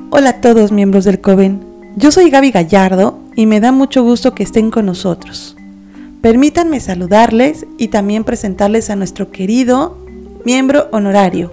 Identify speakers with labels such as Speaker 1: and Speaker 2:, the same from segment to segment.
Speaker 1: Hola a todos miembros del Coven, yo soy Gaby Gallardo y me da mucho gusto que estén con nosotros. Permítanme saludarles y también presentarles a nuestro querido miembro honorario.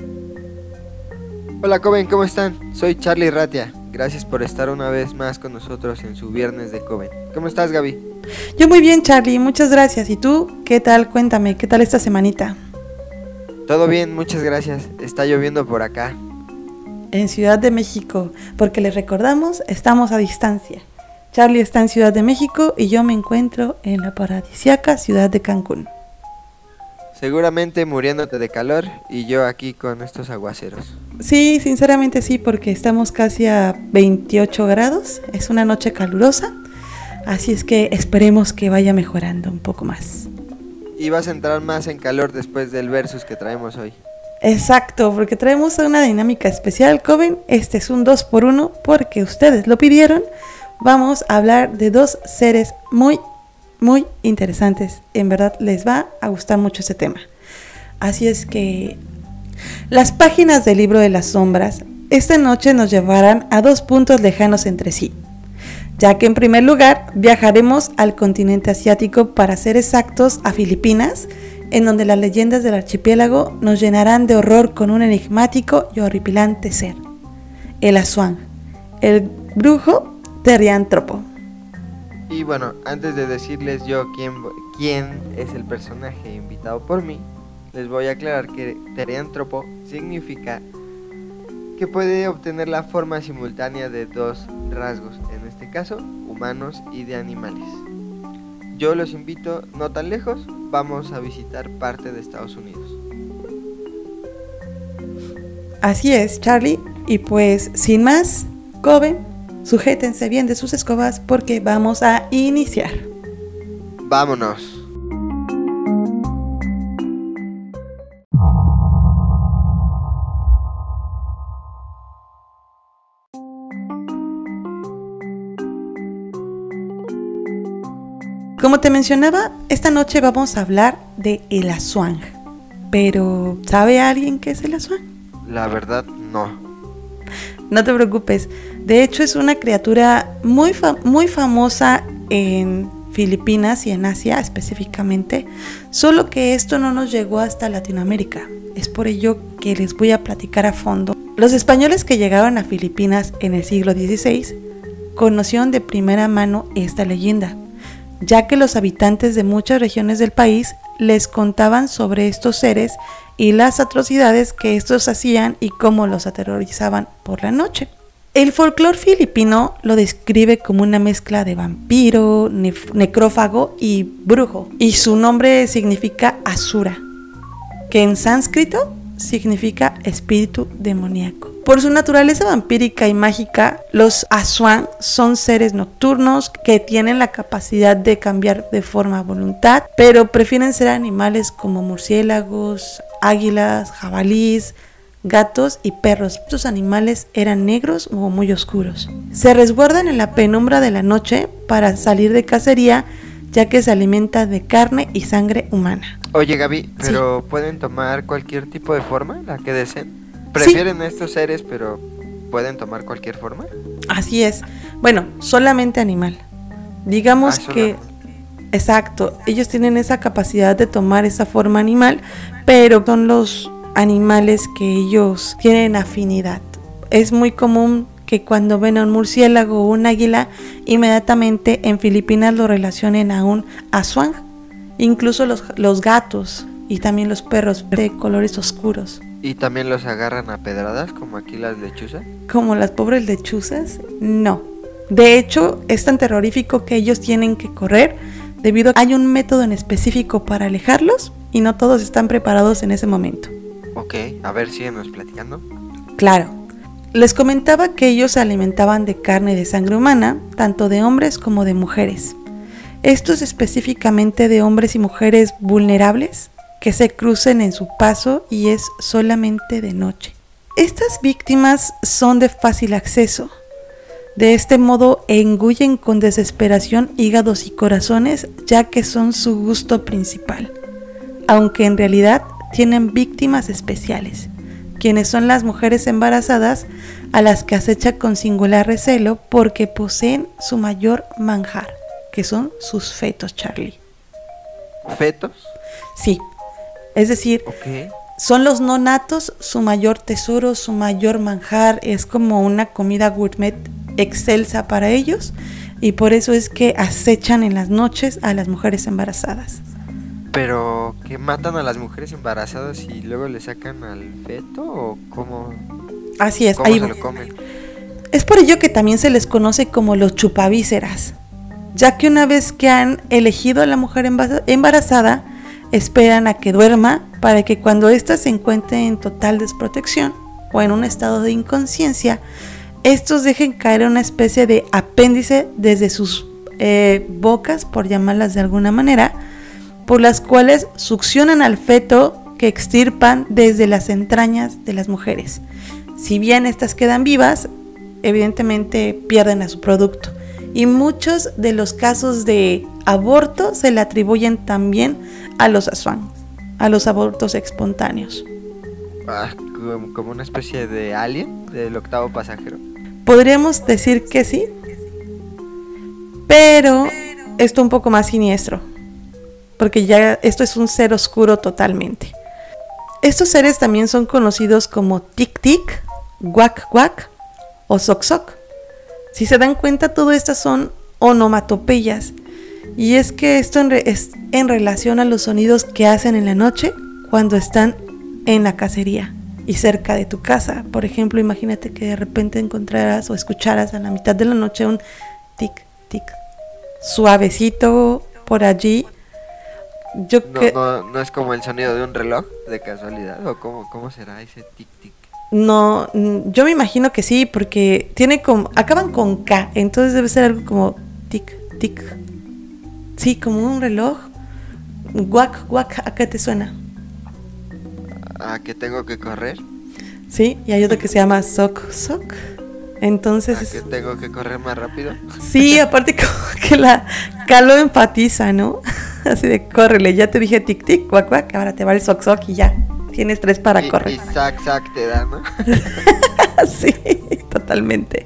Speaker 2: Hola Coven, ¿cómo están? Soy Charlie Ratia, gracias por estar una vez más con nosotros en su viernes de Coven. ¿Cómo estás, Gaby?
Speaker 1: Yo muy bien, Charlie, muchas gracias. ¿Y tú? ¿Qué tal? Cuéntame, ¿qué tal esta semanita?
Speaker 2: Todo bien, muchas gracias. Está lloviendo por acá.
Speaker 1: En Ciudad de México, porque les recordamos, estamos a distancia. Charlie está en Ciudad de México y yo me encuentro en la paradisíaca ciudad de Cancún.
Speaker 2: Seguramente muriéndote de calor y yo aquí con estos aguaceros.
Speaker 1: Sí, sinceramente sí, porque estamos casi a 28 grados, es una noche calurosa, así es que esperemos que vaya mejorando un poco más.
Speaker 2: Y vas a entrar más en calor después del versus que traemos hoy.
Speaker 1: Exacto, porque traemos una dinámica especial, Coven. Este es un 2x1 porque ustedes lo pidieron. Vamos a hablar de dos seres muy interesantes. En verdad les va a gustar mucho este tema. Así es que las páginas del libro de las sombras esta noche nos llevarán a dos puntos lejanos entre sí, ya que en primer lugar viajaremos al continente asiático, para ser exactos a Filipinas, en donde las leyendas del archipiélago nos llenarán de horror con un enigmático y horripilante ser, el Aswang, el brujo teriántropo.
Speaker 2: Y bueno, antes de decirles yo quién es el personaje invitado por mí, les voy a aclarar que teriántropo significa que puede obtener la forma simultánea de dos rasgos, en este caso, humanos y de animales. Yo los invito no tan lejos, vamos a visitar parte de Estados Unidos.
Speaker 1: Así es, Charlie, y pues sin más, Coven, sujétense bien de sus escobas porque vamos a iniciar.
Speaker 2: ¡Vámonos!
Speaker 1: Como te mencionaba, esta noche vamos a hablar de el Aswang. Pero, ¿sabe alguien qué es el Aswang?
Speaker 2: La verdad, no.
Speaker 1: No te preocupes. De hecho, es una criatura muy famosa en Filipinas y en Asia específicamente. Solo que esto no nos llegó hasta Latinoamérica. Es por ello que les voy a platicar a fondo. Los españoles que llegaron a Filipinas en el siglo XVI conocieron de primera mano esta leyenda, ya que los habitantes de muchas regiones del país les contaban sobre estos seres y las atrocidades que estos hacían y cómo los aterrorizaban por la noche. El folclore filipino lo describe como una mezcla de vampiro, necrófago y brujo, y su nombre significa Asura, que en sánscrito significa espíritu demoníaco. Por su naturaleza vampírica y mágica, los Aswang son seres nocturnos que tienen la capacidad de cambiar de forma a voluntad, pero prefieren ser animales como murciélagos, águilas, jabalíes, gatos y perros. Estos animales eran negros o muy oscuros. Se resguardan en la penumbra de la noche para salir de cacería, ya que se alimentan de carne y sangre humana.
Speaker 2: Oye, Gaby, ¿pero
Speaker 1: sí,
Speaker 2: pueden tomar cualquier tipo de forma, la que deseen? Prefieren estos seres, pero ¿pueden tomar cualquier forma?
Speaker 1: Así es. Bueno, solamente animal. Digamos que... Exacto, ellos tienen esa capacidad de tomar esa forma animal, pero son los animales que ellos tienen afinidad. Es muy común que cuando ven a un murciélago o un águila, inmediatamente en Filipinas lo relacionen a un Aswang. Incluso los gatos y también los perros de colores oscuros.
Speaker 2: ¿Y también los agarran a pedradas como aquí las lechuzas?
Speaker 1: ¿Como las pobres lechuzas? No. De hecho, es tan terrorífico que ellos tienen que correr debido a que hay un método en específico para alejarlos y no todos están preparados en ese momento.
Speaker 2: Ok, a ver, síguenos platicando.
Speaker 1: Claro. Les comentaba que ellos se alimentaban de carne y de sangre humana, tanto de hombres como de mujeres. Estos específicamente de hombres y mujeres vulnerables que se crucen en su paso y es solamente de noche. Estas víctimas son de fácil acceso. De este modo engullen con desesperación hígados y corazones, ya que son su gusto principal, aunque en realidad tienen víctimas especiales, quienes son las mujeres embarazadas a las que acecha con singular recelo porque poseen su mayor manjar, que son sus fetos, Charlie.
Speaker 2: ¿Fetos?
Speaker 1: Sí, es decir, son los no natos su mayor tesoro, su mayor manjar, es como una comida gourmet excelsa para ellos y por eso es que acechan en las noches a las mujeres embarazadas.
Speaker 2: ¿Pero que matan a las mujeres embarazadas y luego le sacan al feto o cómo?
Speaker 1: Así es,
Speaker 2: ¿Cómo
Speaker 1: ahí
Speaker 2: se lo comen?
Speaker 1: Es por ello que también se les conoce como los chupavísceras, ya que una vez que han elegido a la mujer embarazada, esperan a que duerma para que cuando ésta se encuentre en total desprotección o en un estado de inconsciencia, estos dejen caer una especie de apéndice desde sus bocas, por llamarlas de alguna manera, por las cuales succionan al feto que extirpan desde las entrañas de las mujeres. Si bien estas quedan vivas, evidentemente pierden a su producto. Y muchos de los casos de aborto se le atribuyen también a los aswang, a los abortos espontáneos.
Speaker 2: Como una especie de alien del octavo pasajero.
Speaker 1: Podríamos decir que sí, pero esto un poco más siniestro, porque ya esto es un ser oscuro totalmente. Estos seres también son conocidos como tic-tic, guac-guac o soc-soc. Si se dan cuenta, todo esto son onomatopeyas. Y es que esto es en relación a los sonidos que hacen en la noche cuando están en la cacería y cerca de tu casa. Por ejemplo, imagínate que de repente encontraras o escucharas a la mitad de la noche un tic-tic suavecito por allí.
Speaker 2: No es como el sonido de un reloj de casualidad, o cómo será ese tic-tic.
Speaker 1: No, yo me imagino que sí, porque acaban con K, entonces debe ser algo como tic-tic. Sí, como un reloj. Guac, guac, ¿a qué te suena?
Speaker 2: ¿A que tengo que correr?
Speaker 1: Sí, y hay otro que se llama soc, soc. Entonces...
Speaker 2: ¿A que tengo que correr más rápido?
Speaker 1: Sí, aparte como que la K lo enfatiza, ¿no? Así de córrele, ya te dije tic tic, guac guac, ahora te va el soc soc y ya, tienes 3 para correr.
Speaker 2: Y sac sac te da, ¿no?
Speaker 1: Sí, totalmente.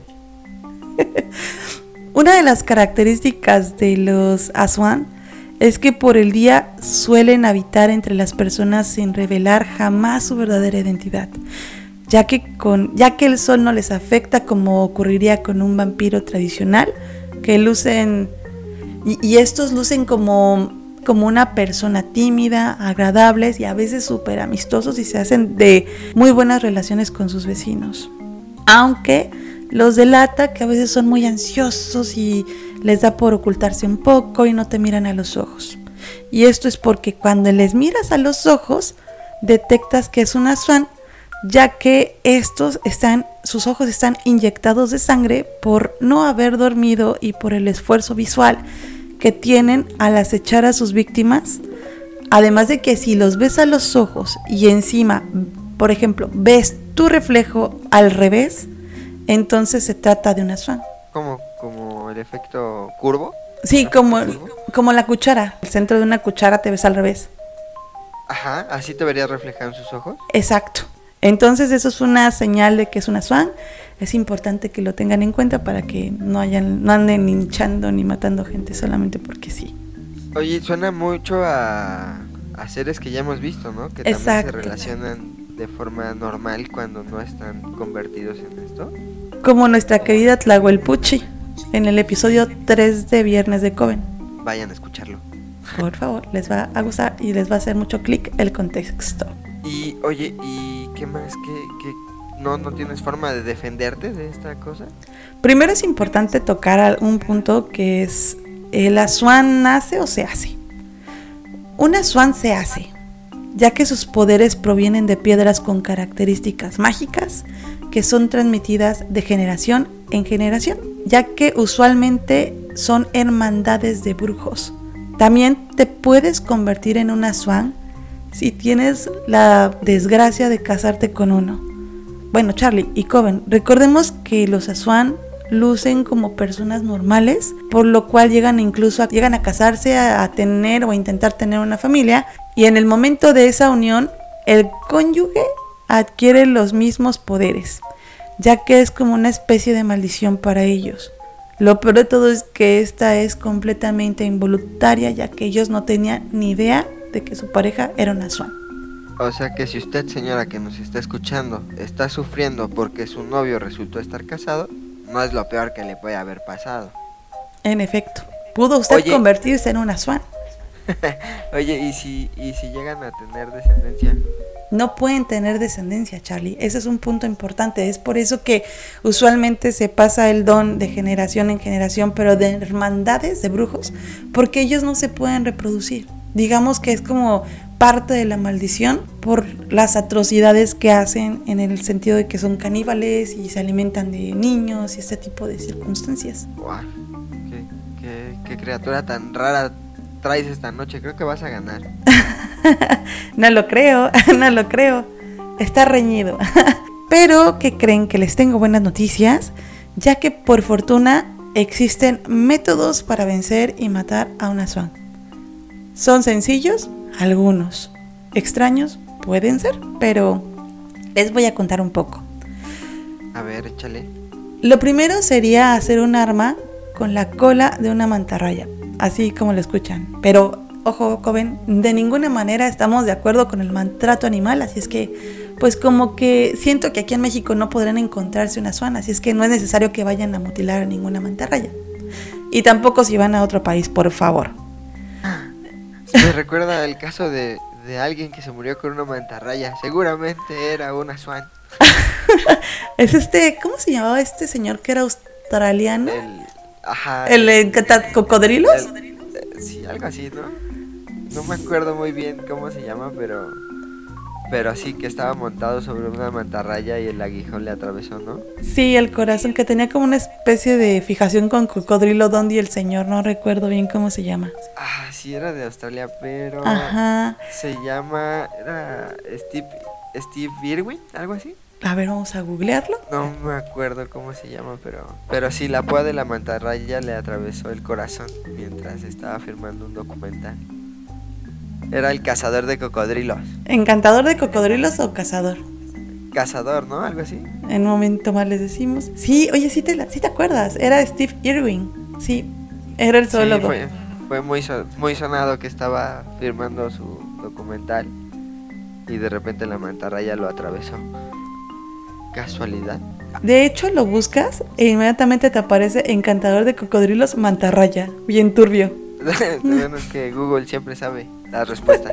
Speaker 1: Una de las características de los aswang es que por el día suelen habitar entre las personas sin revelar jamás su verdadera identidad, ya que el sol no les afecta como ocurriría con un vampiro tradicional, que lucen, y estos lucen como una persona tímida, agradables y a veces súper amistosos y se hacen de muy buenas relaciones con sus vecinos. Aunque los delata que a veces son muy ansiosos y les da por ocultarse un poco y no te miran a los ojos. Y esto es porque cuando les miras a los ojos, detectas que es un aswang, ya que sus ojos están inyectados de sangre por no haber dormido y por el esfuerzo visual que tienen al acechar a sus víctimas. Además de que si los ves a los ojos y encima, por ejemplo, ves tu reflejo al revés, entonces se trata de un aswang.
Speaker 2: ¿Como el efecto curvo?
Speaker 1: Sí, como la cuchara. El centro de una cuchara te ves al revés.
Speaker 2: Ajá, así te verías reflejado en sus ojos.
Speaker 1: Exacto. Entonces eso es una señal de que es un aswang. Es importante que lo tengan en cuenta para que no anden hinchando ni matando gente solamente porque sí.
Speaker 2: Oye, suena mucho a seres que ya hemos visto, ¿no? Que también se relacionan de forma normal cuando no están convertidos en esto.
Speaker 1: Como nuestra querida Tlahuelpuchi en el episodio 3 de Viernes de Coven.
Speaker 2: Vayan a escucharlo.
Speaker 1: Por favor, les va a gustar y les va a hacer mucho clic el contexto.
Speaker 2: Y oye, ¿y qué más? ¿Qué no tienes forma de defenderte de esta cosa?
Speaker 1: Primero es importante tocar un punto que es: ¿el aswang nace o se hace? Un aswang se hace, ya que sus poderes provienen de piedras con características mágicas que son transmitidas de generación en generación, ya que usualmente son hermandades de brujos. También te puedes convertir en un aswang si tienes la desgracia de casarte con uno. Bueno, Charlie y Coven, recordemos que los aswang lucen como personas normales, por lo cual llegan a casarse, a tener o a intentar tener una familia, y en el momento de esa unión, el cónyuge adquiere los mismos poderes, ya que es como una especie de maldición para ellos. Lo peor de todo es que esta es completamente involuntaria, ya que ellos no tenían ni idea de que su pareja era una swan.
Speaker 2: O sea que si usted, señora que nos está escuchando, está sufriendo porque su novio resultó estar casado, no es lo peor que le puede haber pasado.
Speaker 1: En efecto, pudo usted convertirse en una swan.
Speaker 2: Oye, ¿y si llegan a tener descendencia?
Speaker 1: No pueden tener descendencia, Charlie. Ese es un punto importante. Es por eso que usualmente se pasa el don de generación en generación, pero de hermandades de brujos, porque ellos no se pueden reproducir. Digamos que es como parte de la maldición por las atrocidades que hacen, en el sentido de que son caníbales y se alimentan de niños y este tipo de circunstancias.
Speaker 2: Wow, qué criatura tan rara traes esta noche. Creo que vas a ganar.
Speaker 1: No lo creo. Está reñido. Pero, ¿qué creen? Que les tengo buenas noticias, ya que por fortuna existen métodos para vencer y matar a una swan. ¿Son sencillos? Algunos. Extraños pueden ser, pero les voy a contar un poco.
Speaker 2: A ver, échale.
Speaker 1: Lo primero sería hacer un arma con la cola de una mantarraya, así como lo escuchan. Pero, ojo, joven, de ninguna manera estamos de acuerdo con el maltrato animal, así es que, pues como que siento que aquí en México no podrán encontrarse una swan, así es que no es necesario que vayan a mutilar a ninguna mantarraya. Y tampoco si van a otro país, por favor.
Speaker 2: Me recuerda el caso de alguien que se murió con una mantarraya. Seguramente era una swan.
Speaker 1: Es ¿cómo se llamaba este señor que era australiano? ¿El cocodrilos?
Speaker 2: Sí, algo así, ¿no? No me acuerdo muy bien cómo se llama, pero sí que estaba montado sobre una mantarraya y el aguijón le atravesó, ¿no?
Speaker 1: Sí, el corazón, que tenía como una especie de fijación con Cocodrilo Dundee, el señor, no recuerdo bien cómo se llama.
Speaker 2: Ah, sí, era de Australia, pero se llama, era Steve Irwin, algo así.
Speaker 1: A ver, vamos a googlearlo.
Speaker 2: No me acuerdo cómo se llama, pero sí, la púa de la mantarraya le atravesó el corazón mientras estaba firmando un documental. Era el cazador de cocodrilos.
Speaker 1: ¿Encantador de cocodrilos o cazador?
Speaker 2: Cazador, ¿no? Algo así.
Speaker 1: En un momento más les decimos. Sí, oye, sí te acuerdas. Era Steve Irwin. Sí, era el zoólogo.
Speaker 2: Sí, fue muy sonado que estaba firmando su documental y de repente la mantarraya lo atravesó. ¿Casualidad?
Speaker 1: De hecho, lo buscas e inmediatamente te aparece encantador de cocodrilos mantarraya. Bien turbio.
Speaker 2: Bueno, es que Google siempre sabe la respuesta.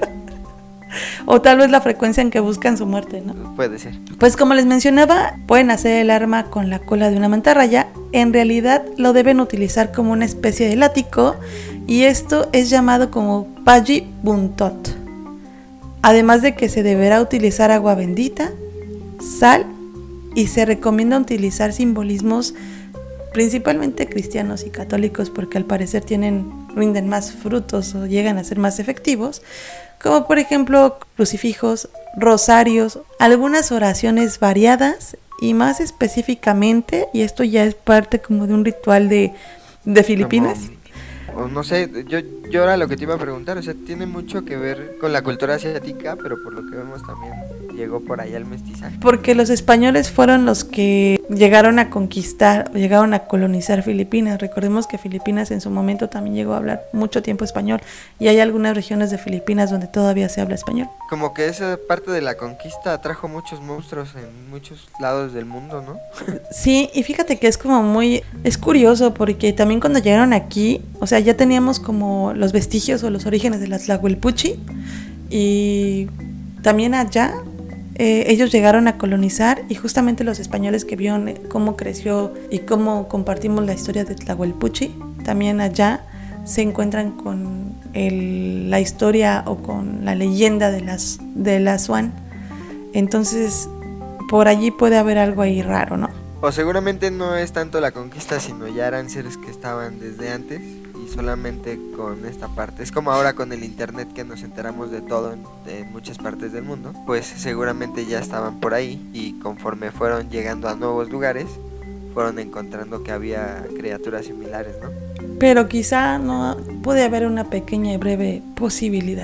Speaker 1: O tal vez la frecuencia en que buscan su muerte, ¿no?
Speaker 2: Puede ser.
Speaker 1: Pues como les mencionaba, pueden hacer el arma con la cola de una mantarraya. En realidad lo deben utilizar como una especie de látigo, y esto es llamado como Paji Buntot. Además de que se deberá utilizar agua bendita, sal, y se recomienda utilizar simbolismos principalmente cristianos y católicos, porque al parecer rinden más frutos o llegan a ser más efectivos, como por ejemplo crucifijos, rosarios, algunas oraciones variadas, y más específicamente, y esto ya es parte como de un ritual de Filipinas.
Speaker 2: O no sé, yo era lo que te iba a preguntar, o sea, tiene mucho que ver con la cultura asiática, pero por lo que vemos también llegó por ahí al mestizaje.
Speaker 1: Porque los españoles fueron los que llegaron a conquistar, llegaron a colonizar Filipinas. Recordemos que Filipinas en su momento también llegó a hablar mucho tiempo español, y hay algunas regiones de Filipinas donde todavía se habla español.
Speaker 2: Como que esa parte de la conquista trajo muchos monstruos en muchos lados del mundo, ¿no?
Speaker 1: Sí, y fíjate que es curioso, porque también cuando llegaron aquí, o sea, ya teníamos como los vestigios o los orígenes de la Tlahuelpuchi, y también allá ellos llegaron a colonizar, y justamente los españoles que vieron cómo creció y cómo compartimos la historia de Tlahuelpuchi, también allá se encuentran con la historia o con la leyenda de la Swan. Entonces por allí puede haber algo ahí raro, ¿no?
Speaker 2: O seguramente no es tanto la conquista, sino ya eran seres que estaban desde antes, y solamente con esta parte. Es como ahora con el internet, que nos enteramos de todo en muchas partes del mundo. Pues seguramente ya estaban por ahí, y conforme fueron llegando a nuevos lugares, fueron encontrando que había criaturas similares, ¿no?
Speaker 1: Pero quizá no puede haber una pequeña y breve posibilidad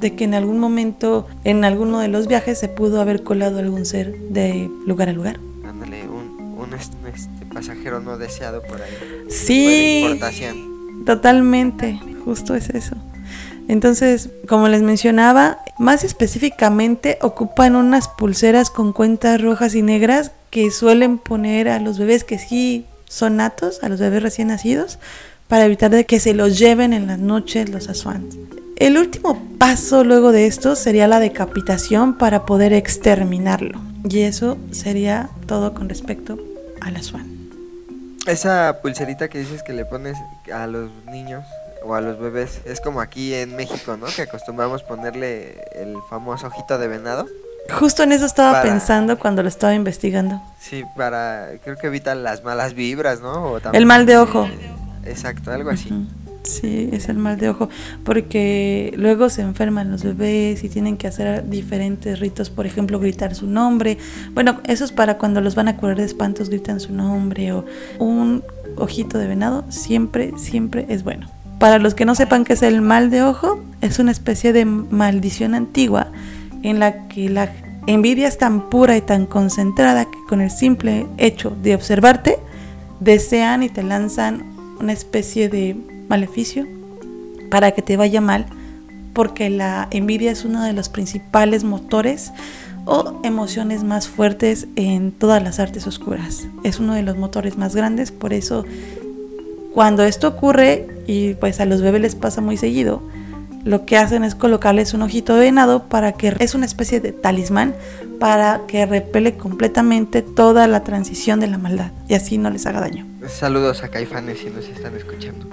Speaker 1: de que en algún momento, en alguno de los viajes, se pudo haber colado algún ser de lugar a lugar.
Speaker 2: Ándale, un pasajero no deseado por ahí.
Speaker 1: Sí,
Speaker 2: De importación.
Speaker 1: Totalmente, justo es eso. Entonces, como les mencionaba, más específicamente ocupan unas pulseras con cuentas rojas y negras que suelen poner a los bebés que sí son natos, a los bebés recién nacidos, para evitar de que se los lleven en las noches los aswans. El último paso luego de esto sería la decapitación para poder exterminarlo. Y eso sería todo con respecto al aswan.
Speaker 2: Esa pulserita que dices que le pones a los niños o a los bebés, es como aquí en México, ¿no? Que acostumbramos ponerle el famoso ojito de venado.
Speaker 1: Justo en eso estaba pensando cuando lo estaba investigando.
Speaker 2: Sí, creo que evita las malas vibras, ¿no? O también,
Speaker 1: el mal de ojo.
Speaker 2: Exacto, algo así.
Speaker 1: Sí, es el mal de ojo, porque luego se enferman los bebés y tienen que hacer diferentes ritos, por ejemplo, gritar su nombre. Bueno, eso es para cuando los van a curar de espantos, gritan su nombre, o un ojito de venado, siempre es bueno. Para los que no sepan qué es el mal de ojo, es una especie de maldición antigua en la que la envidia es tan pura y tan concentrada que con el simple hecho de observarte, desean y te lanzan una especie de maleficio para que te vaya mal, porque la envidia es uno de los principales motores o emociones más fuertes en todas las artes oscuras. Es uno de los motores más grandes, por eso cuando esto ocurre, y pues a los bebés les pasa muy seguido, lo que hacen es colocarles un ojito de venado para que es una especie de talismán para que repele completamente toda la transición de la maldad y así no les haga daño.
Speaker 2: Saludos a Caifanes si nos están escuchando.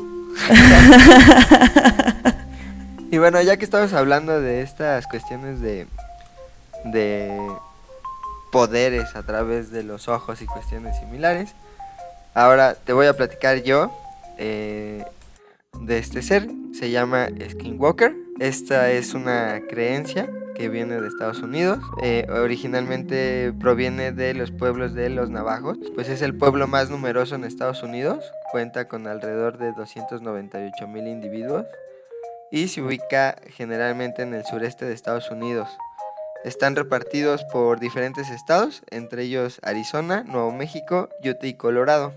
Speaker 2: Y bueno, ya que estamos hablando de estas cuestiones de poderes a través de los ojos y cuestiones similares, ahora te voy a platicar yo de este ser. Se llama Skinwalker. Esta es una creencia que viene de Estados Unidos. Originalmente proviene de los pueblos de los navajos, pues es el pueblo más numeroso en Estados Unidos. Cuenta con alrededor de 298,000 individuos y se ubica generalmente en el sureste de Estados Unidos. Están repartidos por diferentes estados, entre ellos Arizona, Nuevo México, Utah y Colorado.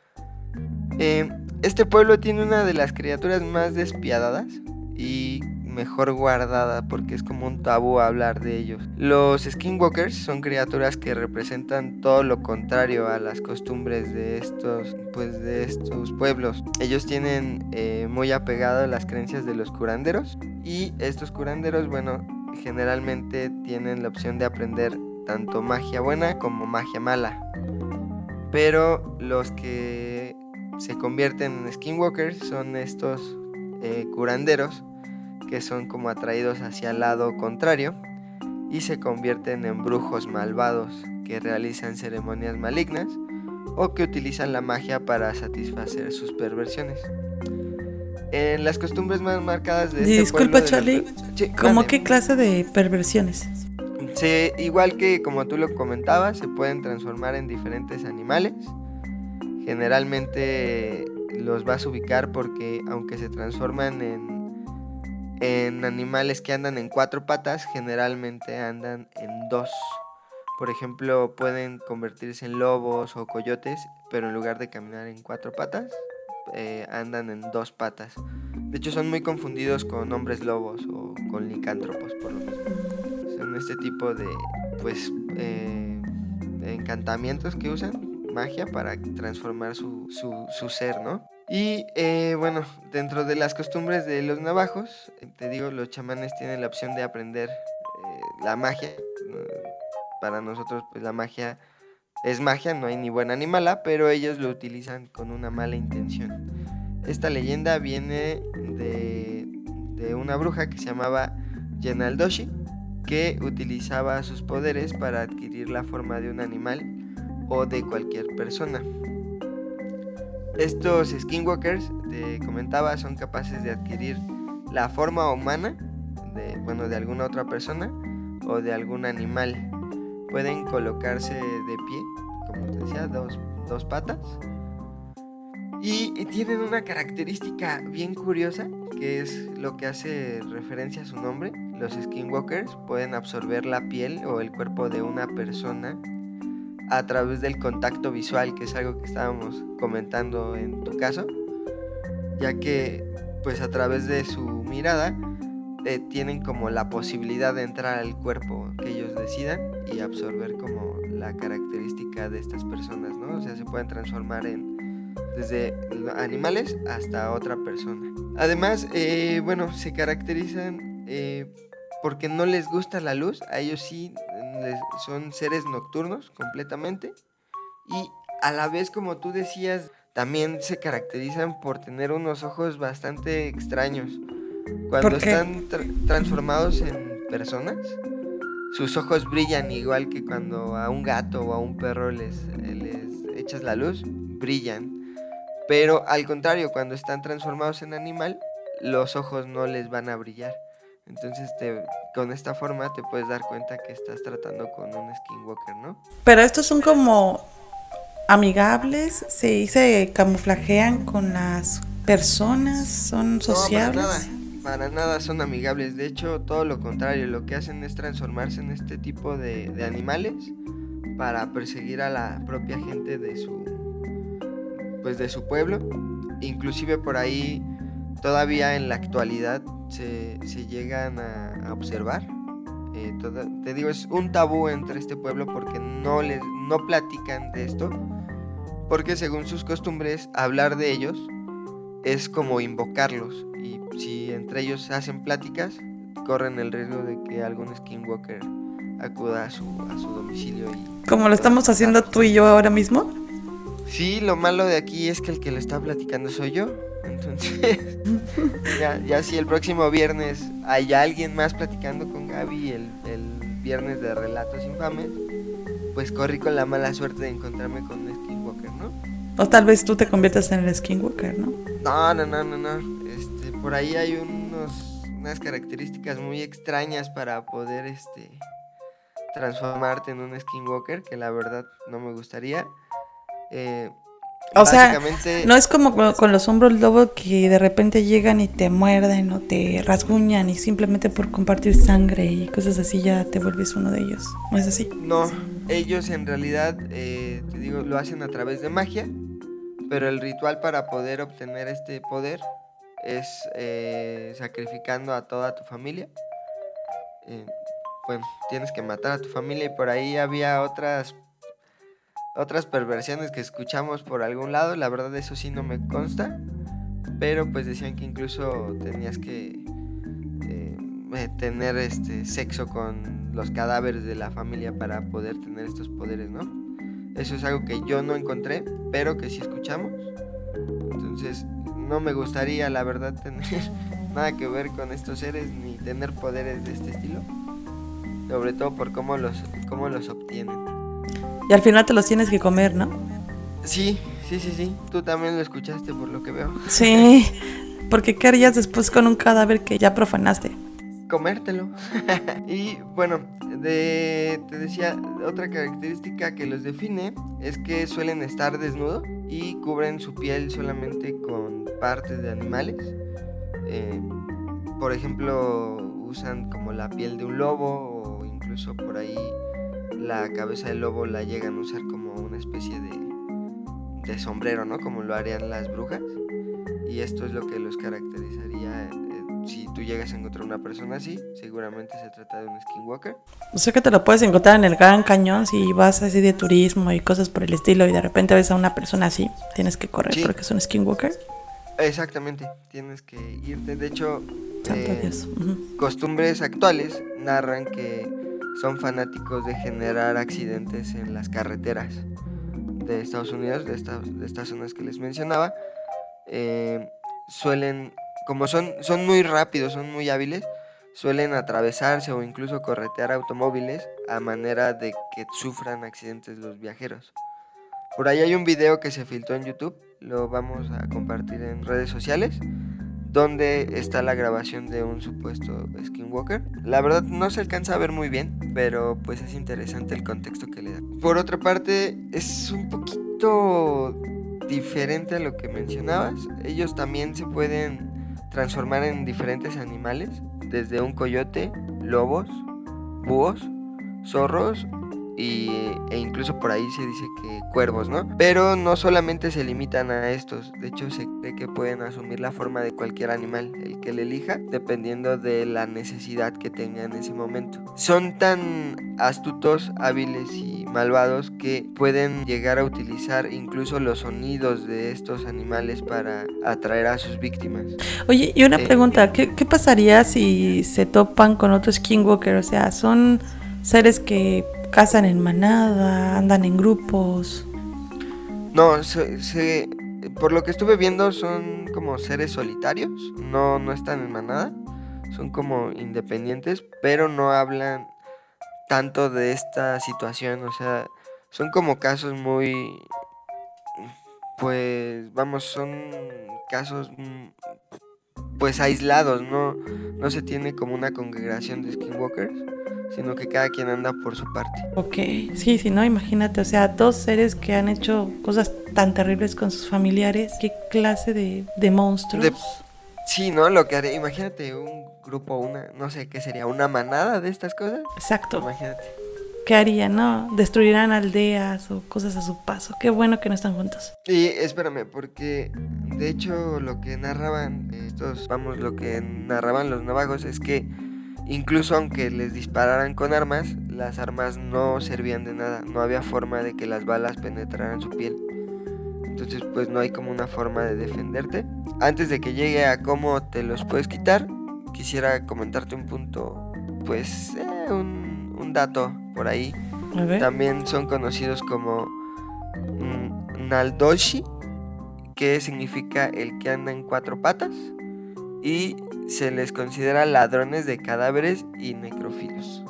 Speaker 2: Este pueblo tiene una de las criaturas más despiadadas y mejor guardada, porque es como un tabú hablar de ellos. Los Skinwalkers son criaturas que representan todo lo contrario a las costumbres de estos pueblos. Ellos tienen muy apegado a las creencias de los curanderos, y estos curanderos, bueno, generalmente tienen la opción de aprender tanto magia buena como magia mala. Pero los que se convierten en Skinwalkers son estos curanderos, que son como atraídos hacia el lado contrario y se convierten en brujos malvados que realizan ceremonias malignas o que utilizan la magia para satisfacer sus perversiones. En las costumbres más marcadas de este pueblo...
Speaker 1: Disculpa, Charlie, ¿cómo qué clase de perversiones?
Speaker 2: Igual que como tú lo comentabas, se pueden transformar en diferentes animales. Generalmente los vas a ubicar porque aunque se transforman en animales que andan en 4 patas, generalmente andan en 2. Por ejemplo, pueden convertirse en lobos o coyotes, pero en lugar de caminar en 4 patas, andan en 2 patas. De hecho, son muy confundidos con hombres lobos o con licántropos, por lo mismo. Son este tipo de de encantamientos que usan, magia, para transformar su ser, ¿no? Y bueno, dentro de las costumbres de los navajos, te digo, los chamanes tienen la opción de aprender la magia. Para nosotros, pues la magia es magia, no hay ni buena ni mala, pero ellos lo utilizan con una mala intención. Esta leyenda viene de una bruja que se llamaba Yenaldoshi, que utilizaba sus poderes para adquirir la forma de un animal o de cualquier persona. Estos Skinwalkers, te comentaba, son capaces de adquirir la forma humana de alguna otra persona o de algún animal. Pueden colocarse de pie, como te decía, dos patas. Y tienen una característica bien curiosa, que es lo que hace referencia a su nombre, los skinwalkers pueden absorber la piel o el cuerpo de una persona a través del contacto visual, que es algo que estábamos comentando en tu caso, ya que pues a través de su mirada tienen como la posibilidad de entrar al cuerpo que ellos decidan y absorber como la característica de estas personas, ¿no? O sea, se pueden transformar desde animales hasta otra persona. Además, se caracterizan porque no les gusta la luz. A ellos sí son seres nocturnos completamente, y a la vez, como tú decías, también se caracterizan por tener unos ojos bastante extraños. Cuando están transformados en personas, sus ojos brillan igual que cuando a un gato o a un perro les echas la luz, brillan. Pero al contrario, cuando están transformados en animal, los ojos no les van a brillar. Entonces con esta forma te puedes dar cuenta que estás tratando con un skinwalker, ¿no?
Speaker 1: Pero estos son como amigables, se camuflajean con las personas, son sociables.
Speaker 2: No, para nada son amigables. De hecho, todo lo contrario, lo que hacen es transformarse en este tipo de animales para perseguir a la propia gente de su pueblo. Inclusive por ahí todavía en la actualidad se llegan a observar. Te digo, es un tabú entre este pueblo porque no platican de esto, porque según sus costumbres hablar de ellos es como invocarlos, y si entre ellos hacen pláticas corren el riesgo de que algún skinwalker acuda a su domicilio.
Speaker 1: Como lo estamos haciendo tú y yo ahora mismo.
Speaker 2: Sí, lo malo de aquí es que el que lo está platicando soy yo. Entonces, ya si el próximo viernes hay alguien más platicando con Gaby, el viernes de Relatos Infames, pues corrí con la mala suerte de encontrarme con un skinwalker, ¿no?
Speaker 1: O tal vez tú te conviertas en el skinwalker, ¿no?
Speaker 2: No. Por ahí hay unas características muy extrañas para poder transformarte en un skinwalker, que la verdad no me gustaría.
Speaker 1: O sea, no es como con los hombres lobo que de repente llegan y te muerden o te rasguñan y simplemente por compartir sangre y cosas así ya te vuelves uno de ellos. ¿No es así?
Speaker 2: No, ellos en realidad, te digo, lo hacen a través de magia, pero el ritual para poder obtener este poder es sacrificando a toda tu familia. Bueno, tienes que matar a tu familia, y por ahí había otras perversiones que escuchamos por algún lado. La verdad eso sí no me consta, pero pues decían que incluso tenías que tener sexo con los cadáveres de la familia para poder tener estos poderes, ¿no? Eso es algo que yo no encontré, pero que sí escuchamos. Entonces no me gustaría, la verdad, tener nada que ver con estos seres ni tener poderes de este estilo, sobre todo por cómo los obtienen.
Speaker 1: Y al final te los tienes que comer, ¿no?
Speaker 2: Sí. Tú también lo escuchaste por lo que veo.
Speaker 1: Sí, porque ¿qué harías después con un cadáver que ya profanaste?
Speaker 2: Comértelo. Y bueno, te decía, otra característica que los define es que suelen estar desnudos y cubren su piel solamente con partes de animales. Por ejemplo, usan como la piel de un lobo, o incluso por ahí la cabeza del lobo la llegan a usar como una especie de sombrero, ¿no? Como lo harían las brujas. Y esto es lo que los caracterizaría. Si tú llegas a encontrar una persona así, seguramente se trata de un skinwalker.
Speaker 1: O sea que te lo puedes encontrar en el Gran Cañón si vas así de turismo y cosas por el estilo, y de repente ves a una persona así, tienes que correr porque es un skinwalker.
Speaker 2: Exactamente, tienes que irte. De hecho,
Speaker 1: Dios.
Speaker 2: Costumbres actuales narran que son fanáticos de generar accidentes en las carreteras de Estados Unidos, de estas zonas que les mencionaba. Suelen, como son muy rápidos, son muy hábiles, suelen atravesarse o incluso corretear automóviles a manera de que sufran accidentes los viajeros. Por ahí hay un video que se filtró en YouTube, lo vamos a compartir en redes sociales, donde está la grabación de un supuesto skinwalker. La verdad no se alcanza a ver muy bien, pero pues es interesante el contexto que le da. Por otra parte, es un poquito diferente a lo que mencionabas. Ellos también se pueden transformar en diferentes animales. desde un coyote, lobos, búhos, zorros e incluso por ahí se dice que cuervos, ¿no? Pero no solamente se limitan a estos, de hecho se cree que pueden asumir la forma de cualquier animal, el que le elija, dependiendo de la necesidad que tenga en ese momento. Son tan astutos, hábiles y malvados que pueden llegar a utilizar incluso los sonidos de estos animales para atraer a sus víctimas.
Speaker 1: Oye, y una pregunta, ¿qué pasaría si se topan con otros skinwalker? O sea, son seres que cazan en manada, andan en grupos.
Speaker 2: No, por lo que estuve viendo son como seres solitarios, no están en manada, son como independientes, pero no hablan tanto de esta situación, o sea, son como casos muy, pues vamos, son casos pues aislados, no se tiene como una congregación de skinwalkers, sino que cada quien anda por su parte.
Speaker 1: Ok, sí, no, imagínate, o sea, dos seres que han hecho cosas tan terribles con sus familiares, ¿qué clase de monstruos?
Speaker 2: Sí, ¿no? Lo que haré, imagínate un grupo, no sé qué sería, una manada de estas cosas.
Speaker 1: Exacto.
Speaker 2: Imagínate.
Speaker 1: ¿Qué harían, no? Destruirán aldeas o cosas a su paso. Qué bueno que no están juntos.
Speaker 2: Y espérame, porque de hecho lo que narraban los navajos es que incluso aunque les dispararan con armas, las armas no servían de nada, no había forma de que las balas penetraran su piel. Entonces pues no hay como una forma de defenderte. Antes de que llegue a cómo te los puedes quitar, quisiera comentarte un punto, pues un dato por ahí.
Speaker 1: A ver.
Speaker 2: También son conocidos como Naldoshi, que significa el que anda en cuatro patas, y se les considera ladrones de cadáveres y necrófilos.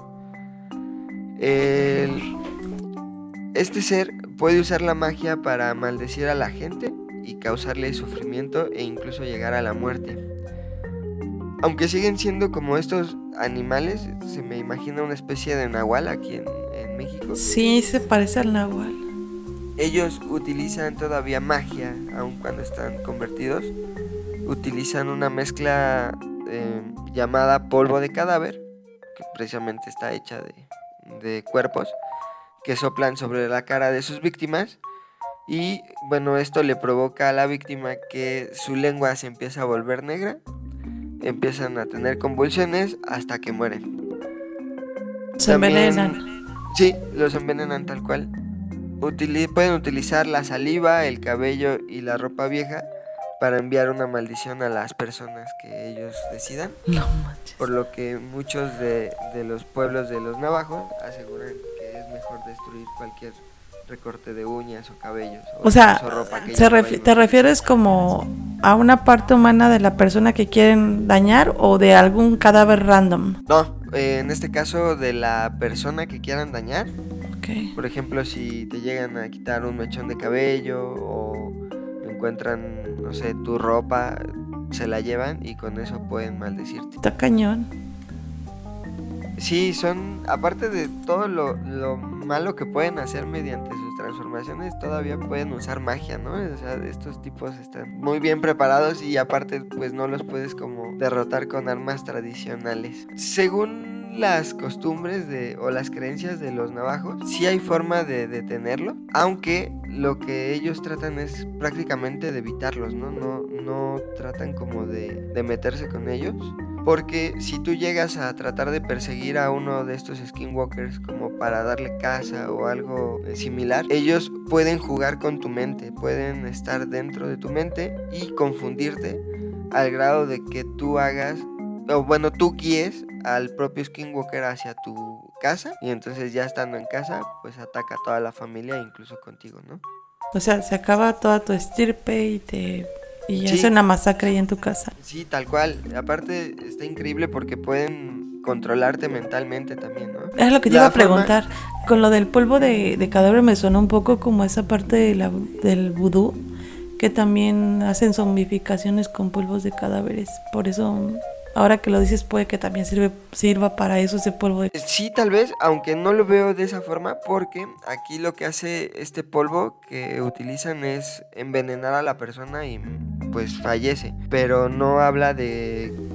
Speaker 2: Este ser puede usar la magia para maldecir a la gente y causarle sufrimiento e incluso llegar a la muerte. Aunque siguen siendo como estos animales, se me imagina una especie de nahual aquí en México.
Speaker 1: Sí, se parece al nahual.
Speaker 2: Ellos utilizan todavía magia, aun cuando están convertidos. Utilizan una mezcla llamada polvo de cadáver, que precisamente está hecha de cuerpos, que soplan sobre la cara de sus víctimas. Y bueno, esto le provoca a la víctima que su lengua se empieza a volver negra, empiezan a tener convulsiones hasta que mueren.
Speaker 1: Se envenenan.
Speaker 2: Sí, los envenenan tal cual. Pueden utilizar la saliva, el cabello y la ropa vieja para enviar una maldición a las personas que ellos decidan.
Speaker 1: No manches.
Speaker 2: Por lo que muchos de los pueblos de los navajos aseguran que es mejor destruir cualquier recorte de uñas o cabellos.
Speaker 1: O sea,
Speaker 2: ropa que
Speaker 1: ¿te refieres como a una parte humana de la persona que quieren dañar o de algún cadáver random?
Speaker 2: No, en este caso de la persona que quieran dañar.
Speaker 1: Okay.
Speaker 2: Por ejemplo, si te llegan a quitar un mechón de cabello o encuentran, no sé, tu ropa, se la llevan y con eso pueden maldecirte.
Speaker 1: Está cañón.
Speaker 2: Sí, aparte de todo lo malo que pueden hacer mediante sus transformaciones, todavía pueden usar magia, ¿no? O sea, estos tipos están muy bien preparados y aparte pues no los puedes como derrotar con armas tradicionales. Según las costumbres o las creencias de los navajos, sí hay forma de detenerlo, aunque lo que ellos tratan es prácticamente de evitarlos, ¿no? No tratan como de meterse con ellos. Porque si tú llegas a tratar de perseguir a uno de estos skinwalkers como para darle caza o algo similar, ellos pueden jugar con tu mente, pueden estar dentro de tu mente y confundirte al grado de que tú tú guíes al propio skinwalker hacia tu casa y entonces ya estando en casa, pues ataca a toda la familia, incluso contigo, ¿no?
Speaker 1: O sea, se acaba toda tu estirpe y
Speaker 2: Sí.
Speaker 1: hace una masacre ahí en tu casa.
Speaker 2: Sí, tal cual. Aparte está increíble porque pueden controlarte mentalmente también, ¿no?
Speaker 1: Es lo que te iba a preguntar. Con lo del polvo de cadáver me suena un poco como esa parte del vudú, que también hacen zombificaciones con polvos de cadáveres. Por eso, ahora que lo dices, puede que también sirva para eso ese polvo.
Speaker 2: Sí, tal vez, aunque no lo veo de esa forma, porque aquí lo que hace este polvo que utilizan es envenenar a la persona y pues fallece. Pero no habla de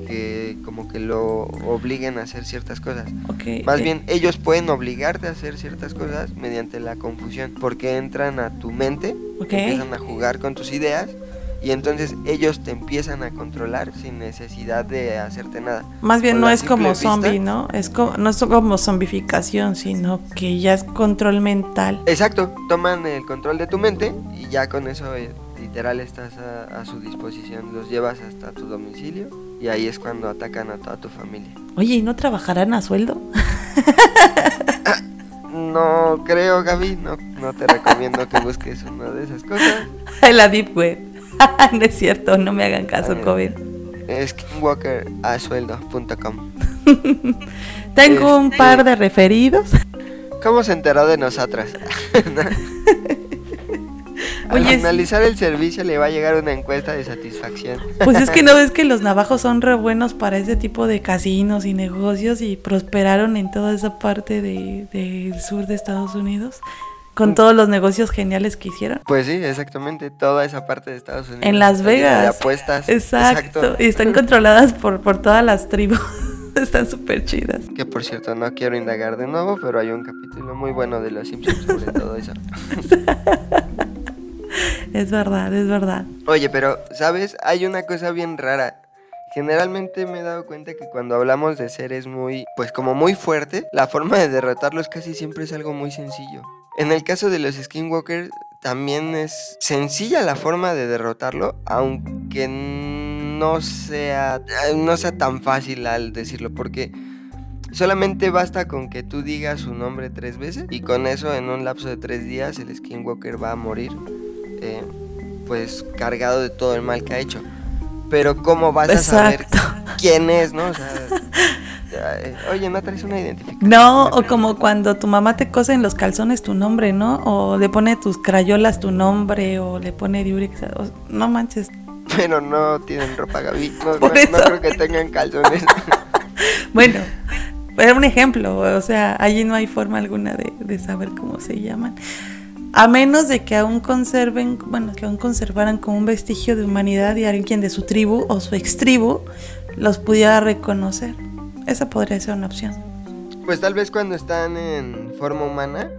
Speaker 2: que como que lo obliguen a hacer ciertas cosas.
Speaker 1: Okay.
Speaker 2: Más bien, ellos pueden obligarte a hacer ciertas cosas mediante la confusión, porque entran a tu mente, empiezan a jugar con tus ideas, y entonces ellos te empiezan a controlar sin necesidad de hacerte nada.
Speaker 1: Más bien no es como zombie, ¿no? No es como zombificación, sino que ya es control mental.
Speaker 2: Exacto, toman el control de tu mente y ya con eso literal estás a su disposición. Los llevas hasta tu domicilio y ahí es cuando atacan a toda tu familia.
Speaker 1: Oye, ¿y no trabajarán a sueldo?
Speaker 2: No creo, Gaby, no te recomiendo que busques una de esas cosas.
Speaker 1: La Deep Web. No es cierto, no me hagan caso, COVID.
Speaker 2: Skinwalkerasueldo.com.
Speaker 1: Tengo un par de referidos.
Speaker 2: ¿Cómo se enteró de nosotras? Al finalizar el servicio le va a llegar una encuesta de satisfacción.
Speaker 1: Pues es que no ves que los navajos son re buenos para ese tipo de casinos y negocios y prosperaron en toda esa parte del sur de Estados Unidos. Con todos los negocios geniales que hicieron.
Speaker 2: Pues sí, exactamente, toda esa parte de Estados Unidos.
Speaker 1: En Las Vegas.
Speaker 2: De apuestas.
Speaker 1: Exacto. Y están controladas por todas las tribus. Están súper chidas.
Speaker 2: Que por cierto, no quiero indagar de nuevo, pero hay un capítulo muy bueno de Los Simpsons sobre todo eso.
Speaker 1: Es verdad.
Speaker 2: Oye, pero, ¿sabes? Hay una cosa bien rara. Generalmente me he dado cuenta que cuando hablamos de seres muy, pues como muy fuerte, la forma de derrotarlos casi siempre es algo muy sencillo. En el caso de los Skinwalkers también es sencilla la forma de derrotarlo, aunque no sea tan fácil al decirlo, porque solamente basta con que tú digas su nombre 3 veces y con eso en un lapso de 3 días el Skinwalker va a morir, pues cargado de todo el mal que ha hecho. Pero ¿cómo vas a saber quién es, no? O sea, oye, ¿no traes una identificación?
Speaker 1: No, o como cuando tu mamá te cose en los calzones tu nombre, ¿no? O le pone tus crayolas tu nombre, o le pone Diurix, no manches.
Speaker 2: Pero no tienen ropa, Gaby, no creo que tengan calzones.
Speaker 1: Bueno, era un ejemplo, o sea, allí no hay forma alguna de saber cómo se llaman. A menos de que aún conservaran como un vestigio de humanidad y alguien de su tribu o su ex tribu los pudiera reconocer. Esa podría ser una opción.
Speaker 2: Pues tal vez cuando están en forma humana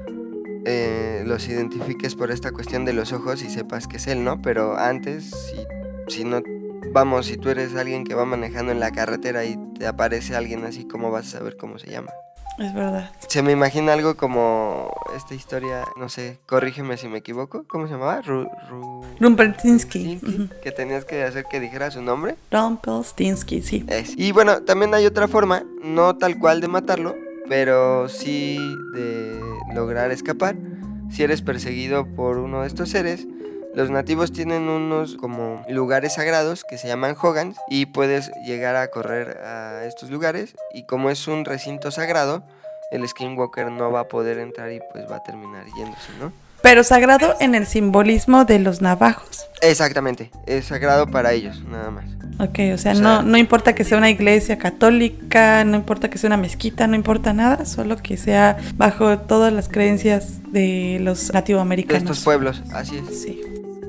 Speaker 2: los identifiques por esta cuestión de los ojos y sepas que es él, ¿no? Pero antes, si no, vamos, si tú eres alguien que va manejando en la carretera y te aparece alguien así, ¿cómo vas a saber cómo se llama?
Speaker 1: Es verdad.
Speaker 2: Se me imagina algo como esta historia, no sé, corrígeme si me equivoco, ¿cómo se llamaba?
Speaker 1: Rumpelstiltskin.
Speaker 2: Que tenías que hacer que dijera su nombre.
Speaker 1: Rumpelstiltskin, sí.
Speaker 2: Y bueno, también hay otra forma, no tal cual de matarlo, pero sí de lograr escapar. Si eres perseguido por uno de estos seres, los nativos tienen unos como lugares sagrados que se llaman Hogans y puedes llegar a correr a estos lugares y como es un recinto sagrado, el Skinwalker no va a poder entrar y pues va a terminar yéndose, ¿no?
Speaker 1: Pero sagrado en el simbolismo de los navajos.
Speaker 2: Exactamente, es sagrado para ellos, nada más.
Speaker 1: Ok, o sea, no importa que sea una iglesia católica, no importa que sea una mezquita, no importa nada, solo que sea bajo todas las creencias de los nativoamericanos.
Speaker 2: De estos pueblos, así es.
Speaker 1: Sí.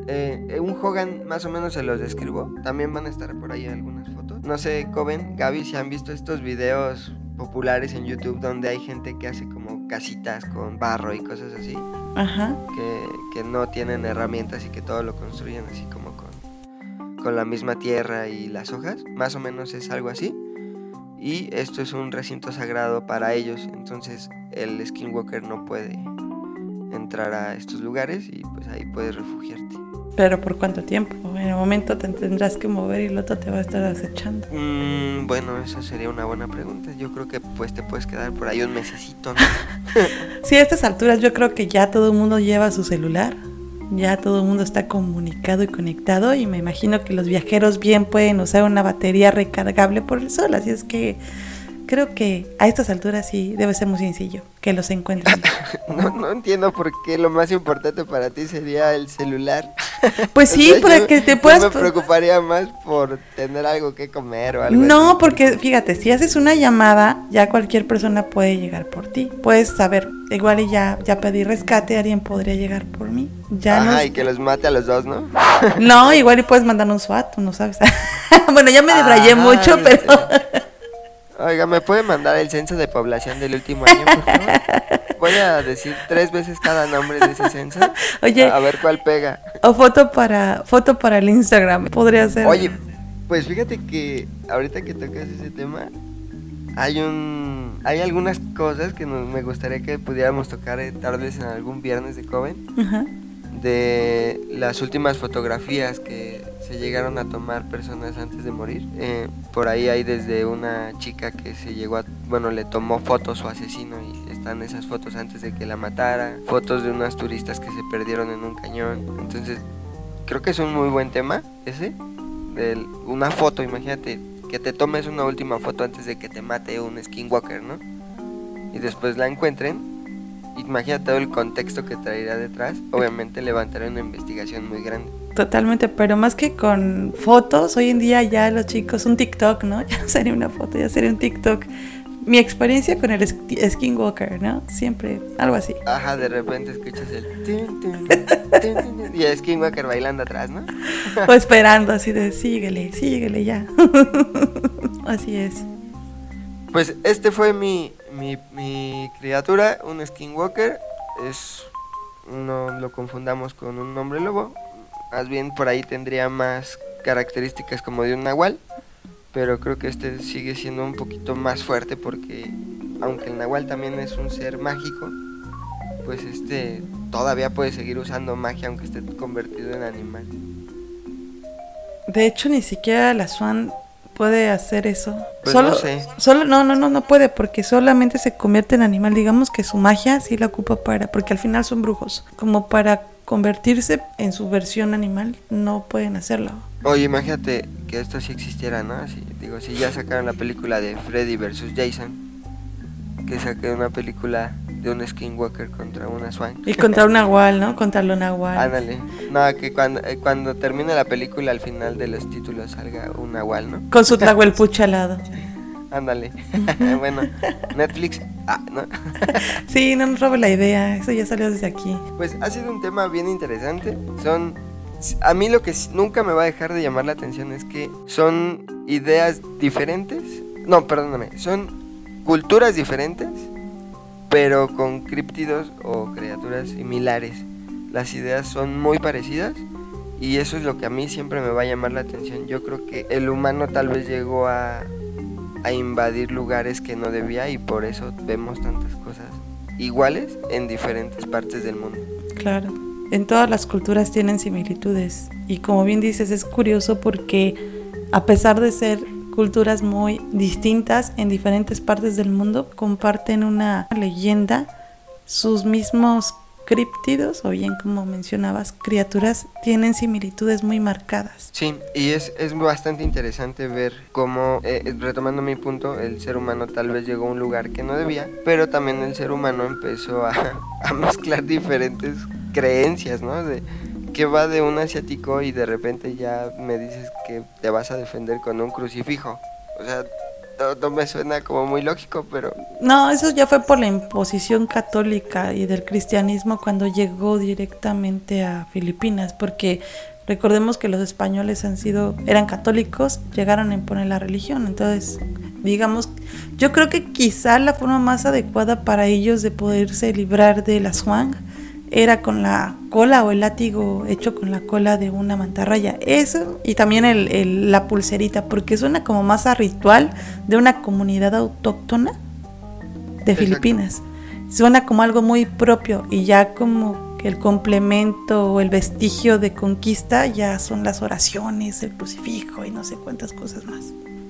Speaker 2: Un Hogan más o menos se los describo. También van a estar por ahí algunas fotos. No sé, Coven, Gaby, si han visto estos videos populares en YouTube donde hay gente que hace como casitas con barro y cosas así.
Speaker 1: Ajá.
Speaker 2: Que no tienen herramientas y que todo lo construyen así como con la misma tierra y las hojas. Más o menos es algo así. Y esto es un recinto sagrado para ellos. Entonces el Skinwalker no puede entrar a estos lugares y pues ahí puedes refugiarte.
Speaker 1: ¿Pero por cuánto tiempo? En el momento te tendrás que mover y el otro te va a estar acechando.
Speaker 2: Bueno, esa sería una buena pregunta. Yo creo que pues te puedes quedar por ahí un mesecito, ¿no?
Speaker 1: Sí, a estas alturas yo creo que ya todo el mundo lleva su celular. Ya todo el mundo está comunicado y conectado. Y me imagino que los viajeros bien pueden usar una batería recargable por el sol. Así es que creo que a estas alturas sí debe ser muy sencillo que los encuentren.
Speaker 2: No entiendo por qué lo más importante para ti sería el celular.
Speaker 1: Pues sí, para que te puedas...
Speaker 2: Yo me preocuparía más por tener algo que comer o algo
Speaker 1: No,
Speaker 2: así.
Speaker 1: porque fíjate, si haces una llamada, ya cualquier persona puede llegar por ti. Puedes saber, igual y ya pedí rescate, alguien podría llegar por mí. Ya
Speaker 2: Ajá, y que los mate a los dos, ¿no?
Speaker 1: No, igual y puedes mandar un SWAT, tú no sabes. Bueno, ya me debrayé mucho, pero...
Speaker 2: Oiga, ¿me puede mandar el censo de población del último año, por favor? Voy a decir 3 veces cada nombre de ese censo.
Speaker 1: Oye,
Speaker 2: a ver cuál pega.
Speaker 1: O foto para el Instagram, podría ser.
Speaker 2: Oye, pues fíjate que ahorita que tocas ese tema, hay algunas cosas que me gustaría que pudiéramos tocar tal vez en algún viernes de Coven.
Speaker 1: Ajá.
Speaker 2: De las últimas fotografías que se llegaron a tomar personas antes de morir. Por ahí hay desde una chica que le tomó fotos su asesino y están esas fotos antes de que la matara, fotos de unas turistas que se perdieron en un cañón. Entonces creo que es un muy buen tema ese, una foto. Imagínate que te tomes una última foto antes de que te mate un skinwalker, ¿no? Y después la encuentren. Imagínate todo el contexto que traerá detrás. Obviamente levantará una investigación muy grande.
Speaker 1: Totalmente, pero más que con fotos, hoy en día ya los chicos, un TikTok, ¿no? Ya no sería una foto, ya sería un TikTok. Mi experiencia con el skinwalker, ¿no? Siempre, algo así.
Speaker 2: Ajá, de repente escuchas el... y el skinwalker bailando atrás, ¿no?
Speaker 1: O esperando así de, síguele ya. Así es.
Speaker 2: Pues este fue mi criatura, un skinwalker. No lo confundamos con un hombre lobo. Más bien por ahí tendría más características como de un nahual. Pero creo que este sigue siendo un poquito más fuerte porque aunque el nahual también es un ser mágico, pues este todavía puede seguir usando magia aunque esté convertido en animal.
Speaker 1: De hecho, ni siquiera la Swan puede hacer eso.
Speaker 2: Pues no sé.
Speaker 1: No puede porque solamente se convierte en animal. Digamos que su magia sí la ocupa porque al final son brujos. Como para convertirse en su versión animal, no pueden hacerlo.
Speaker 2: Oye, imagínate que esto sí existiera, ¿no? Si ya sacaron la película de Freddy vs. Jason, que saquen una película de un skinwalker contra una Swan.
Speaker 1: Y contra un nahual, ¿no? Contra lo nahual.
Speaker 2: Ándale. No, que cuando termine la película al final de los títulos salga un nahual, ¿no?
Speaker 1: Con su tlahuelpucha al lado.
Speaker 2: Ándale. Bueno, Netflix, ¿no?
Speaker 1: Sí, no nos robe la idea, eso ya salió desde aquí.
Speaker 2: Pues ha sido un tema bien interesante. A mí lo que nunca me va a dejar de llamar la atención es que son ideas diferentes. No, perdóname, son culturas diferentes, pero con críptidos o criaturas similares. Las ideas son muy parecidas y eso es lo que a mí siempre me va a llamar la atención. Yo creo que el humano tal vez llegó a invadir lugares que no debía y por eso vemos tantas cosas iguales en diferentes partes del mundo.
Speaker 1: Claro, en todas las culturas tienen similitudes y como bien dices es curioso porque a pesar de ser culturas muy distintas en diferentes partes del mundo, comparten una leyenda, sus mismos críptidos o bien como mencionabas, criaturas tienen similitudes muy marcadas.
Speaker 2: Sí, y es bastante interesante ver cómo, retomando mi punto, el ser humano tal vez llegó a un lugar que no debía, pero también el ser humano empezó a mezclar diferentes creencias, ¿no? Que va de un asiático y de repente ya me dices que te vas a defender con un crucifijo. O sea, no me suena como muy lógico, pero...
Speaker 1: No, eso ya fue por la imposición católica y del cristianismo cuando llegó directamente a Filipinas, porque recordemos que los españoles eran católicos, llegaron a imponer la religión, entonces, digamos, yo creo que quizá la forma más adecuada para ellos de poderse librar de la Swan era con la cola o el látigo hecho con la cola de una mantarraya. Eso y también la pulserita, porque suena como más a ritual de una comunidad autóctona de Filipinas. Suena como algo muy propio y ya como que el complemento o el vestigio de conquista ya son las oraciones, el crucifijo y no sé cuántas cosas más.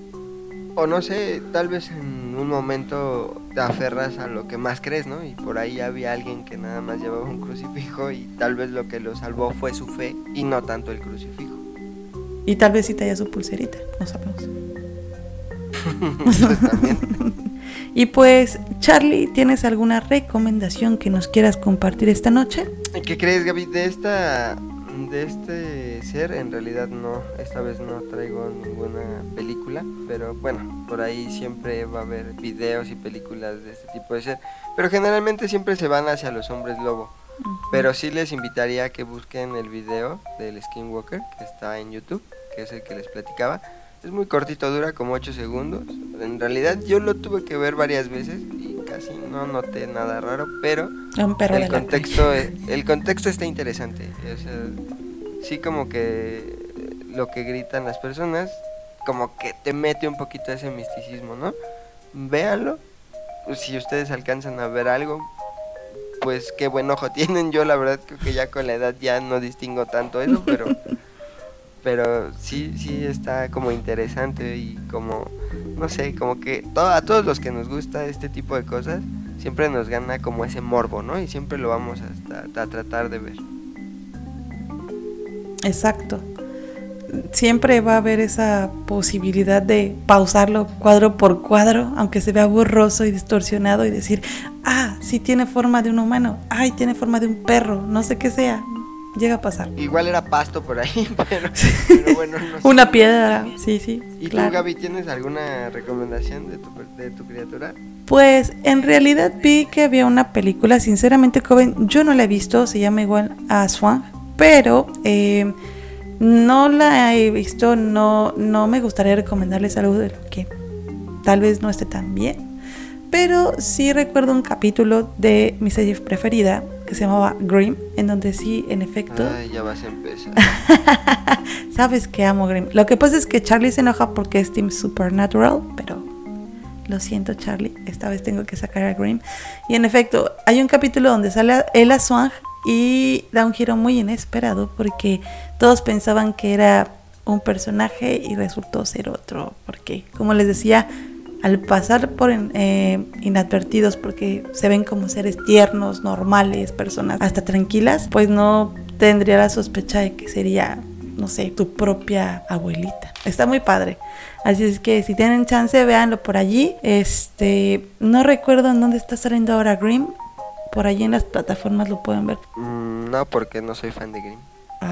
Speaker 2: O no sé, tal vez en un momento te aferras a lo que más crees, ¿no? Y por ahí había alguien que nada más llevaba un crucifijo y tal vez lo que lo salvó fue su fe y no tanto el crucifijo.
Speaker 1: Y tal vez sí te haya su pulserita, no sabemos.
Speaker 2: Pues también.
Speaker 1: Y pues, Charlie, ¿tienes alguna recomendación que nos quieras compartir esta noche?
Speaker 2: ¿Qué crees, Gaby? De este ser, en realidad no, esta vez no traigo ninguna película, pero bueno, por ahí siempre va a haber videos y películas de este tipo de ser, pero generalmente siempre se van hacia los hombres lobo. Pero sí les invitaría a que busquen el video del Skinwalker que está en YouTube, que es el que les platicaba, Es muy cortito, dura como 8 segundos. En realidad yo lo tuve que ver varias veces y casi no noté nada raro, pero el contexto está interesante. O sea, sí, como que lo que gritan las personas como que te mete un poquito ese misticismo, ¿no? Véanlo. Si ustedes alcanzan a ver algo, pues qué buen ojo tienen. Yo la verdad creo que ya con la edad ya no distingo tanto eso, pero sí está como interesante y como, no sé, como que a todos los que nos gusta este tipo de cosas, siempre nos gana como ese morbo, ¿no? Y siempre lo vamos a tratar de ver.
Speaker 1: Exacto. Siempre va a haber esa posibilidad de pausarlo cuadro por cuadro, aunque se vea borroso y distorsionado, y decir, sí tiene forma de un humano, tiene forma de un perro, no sé qué sea. Llega a pasar.
Speaker 2: Igual era pasto por ahí, pero bueno, no sé.
Speaker 1: Una piedra, sí.
Speaker 2: ¿Y
Speaker 1: claro.
Speaker 2: tú, Gaby, tienes alguna recomendación de tu criatura?
Speaker 1: Pues en realidad vi que había una película, sinceramente, joven, yo no la he visto, se llama igual a Swan, pero no la he visto, no me gustaría recomendarles algo de lo que tal vez no esté tan bien, pero sí recuerdo un capítulo de mi serie preferida que se llamaba Grimm, en donde sí, en efecto...
Speaker 2: ya vas a empezar.
Speaker 1: Sabes que amo Grimm. Lo que pasa es que Charlie se enoja porque es Team Supernatural, pero lo siento, Charlie, esta vez tengo que sacar a Grimm. Y en efecto, hay un capítulo donde sale Ella Swan y da un giro muy inesperado porque todos pensaban que era un personaje y resultó ser otro, porque como les decía, al pasar por inadvertidos, porque se ven como seres tiernos, normales, personas hasta tranquilas, pues no tendría la sospecha de que sería, no sé, tu propia abuelita. Está muy padre. Así es que si tienen chance, véanlo por allí. No recuerdo en dónde está saliendo ahora Grimm. Por allí en las plataformas lo pueden ver.
Speaker 2: No, porque no soy fan de Grimm.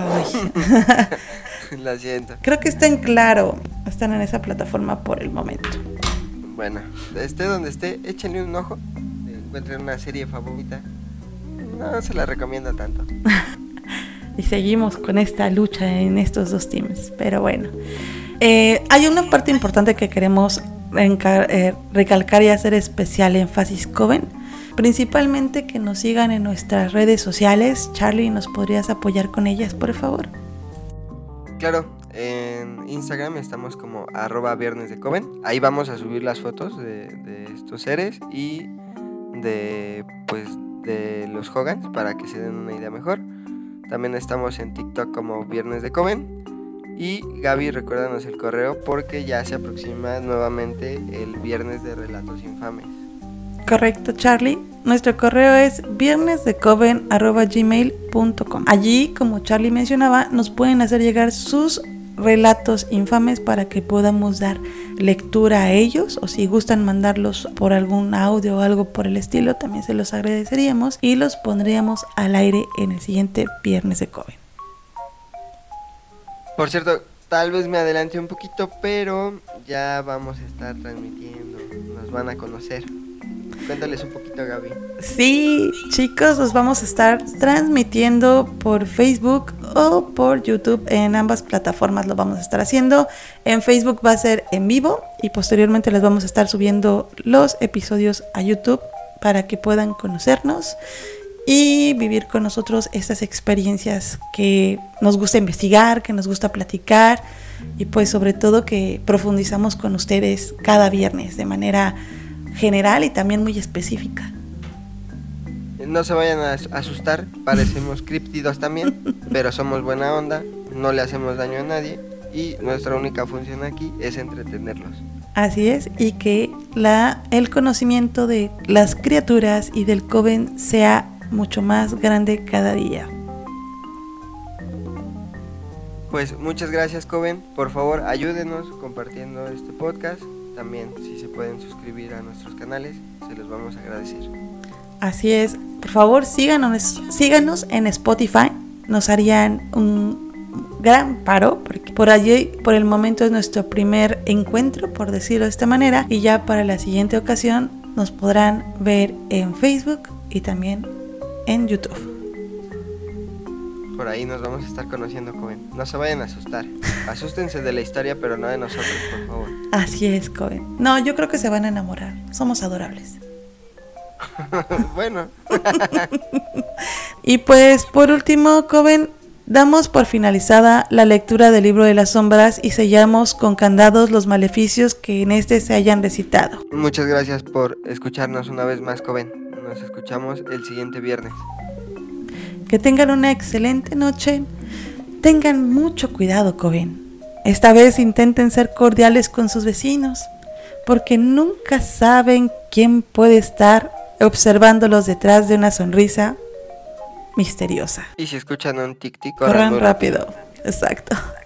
Speaker 2: Lo siento.
Speaker 1: Creo que está en Claro. Están en esa plataforma por el momento.
Speaker 2: Bueno, esté donde esté, échenle un ojo. Encuentren una serie favorita. No se la recomiendo tanto.
Speaker 1: Y seguimos con esta lucha en estos dos teams. Pero bueno, hay una parte importante que queremos recalcar y hacer especial énfasis, Coven. Principalmente que nos sigan en nuestras redes sociales. Charlie, ¿nos podrías apoyar con ellas, por favor?
Speaker 2: Claro, en Instagram estamos como @viernesdecoven. Ahí vamos a subir las fotos de estos seres y de los Hogans para que se den una idea mejor. También estamos en TikTok como Viernes de Coven. Y Gaby, recuérdanos el correo porque ya se aproxima nuevamente el viernes de Relatos Infames.
Speaker 1: Correcto, Charlie. Nuestro correo es viernesdecoven@gmail.com. Allí, como Charlie mencionaba, nos pueden hacer llegar sus relatos infames para que podamos dar lectura a ellos, o si gustan mandarlos por algún audio o algo por el estilo, también se los agradeceríamos y los pondríamos al aire en el siguiente Viernes de Coven.
Speaker 2: Por cierto, tal vez me adelante un poquito, pero ya vamos a estar transmitiendo, nos van a conocer. Cuéntales un poquito, Gaby.
Speaker 1: Sí, chicos, los vamos a estar transmitiendo por Facebook o por YouTube. En ambas plataformas lo vamos a estar haciendo. En Facebook va a ser en vivo y posteriormente les vamos a estar subiendo los episodios a YouTube para que puedan conocernos y vivir con nosotros estas experiencias que nos gusta investigar, que nos gusta platicar y pues sobre todo que profundizamos con ustedes cada viernes de manera general y también muy específica.
Speaker 2: No se vayan a asustar, parecemos críptidos también, pero somos buena onda, no le hacemos daño a nadie y nuestra única función aquí es entretenerlos.
Speaker 1: Así es, y que el conocimiento de las criaturas y del Coven sea mucho más grande cada día.
Speaker 2: Pues muchas gracias, Coven. Por favor, ayúdenos compartiendo este podcast. También, si se pueden suscribir a nuestros canales, se los vamos a agradecer.
Speaker 1: Así es. Por favor, síganos en Spotify. Nos harían un gran paro, porque por allí, por el momento, es nuestro primer encuentro, por decirlo de esta manera. Y ya para la siguiente ocasión nos podrán ver en Facebook y también en YouTube.
Speaker 2: por ahí nos vamos a estar conociendo, joven. No se vayan a asustar. Asústense de la historia, pero no de nosotros, por favor.
Speaker 1: Así es, joven. No, yo creo que se van a enamorar. Somos adorables.
Speaker 2: Bueno.
Speaker 1: Y pues, por último, joven, damos por finalizada la lectura del libro de las sombras y sellamos con candados los maleficios que en este se hayan recitado.
Speaker 2: Muchas gracias por escucharnos una vez más, joven. Nos escuchamos el siguiente viernes.
Speaker 1: Que tengan una excelente noche. Tengan mucho cuidado, joven. Esta vez intenten ser cordiales con sus vecinos, porque nunca saben quién puede estar observándolos detrás de una sonrisa misteriosa.
Speaker 2: Y si escuchan un tic-tic,
Speaker 1: corran rápido. Exacto.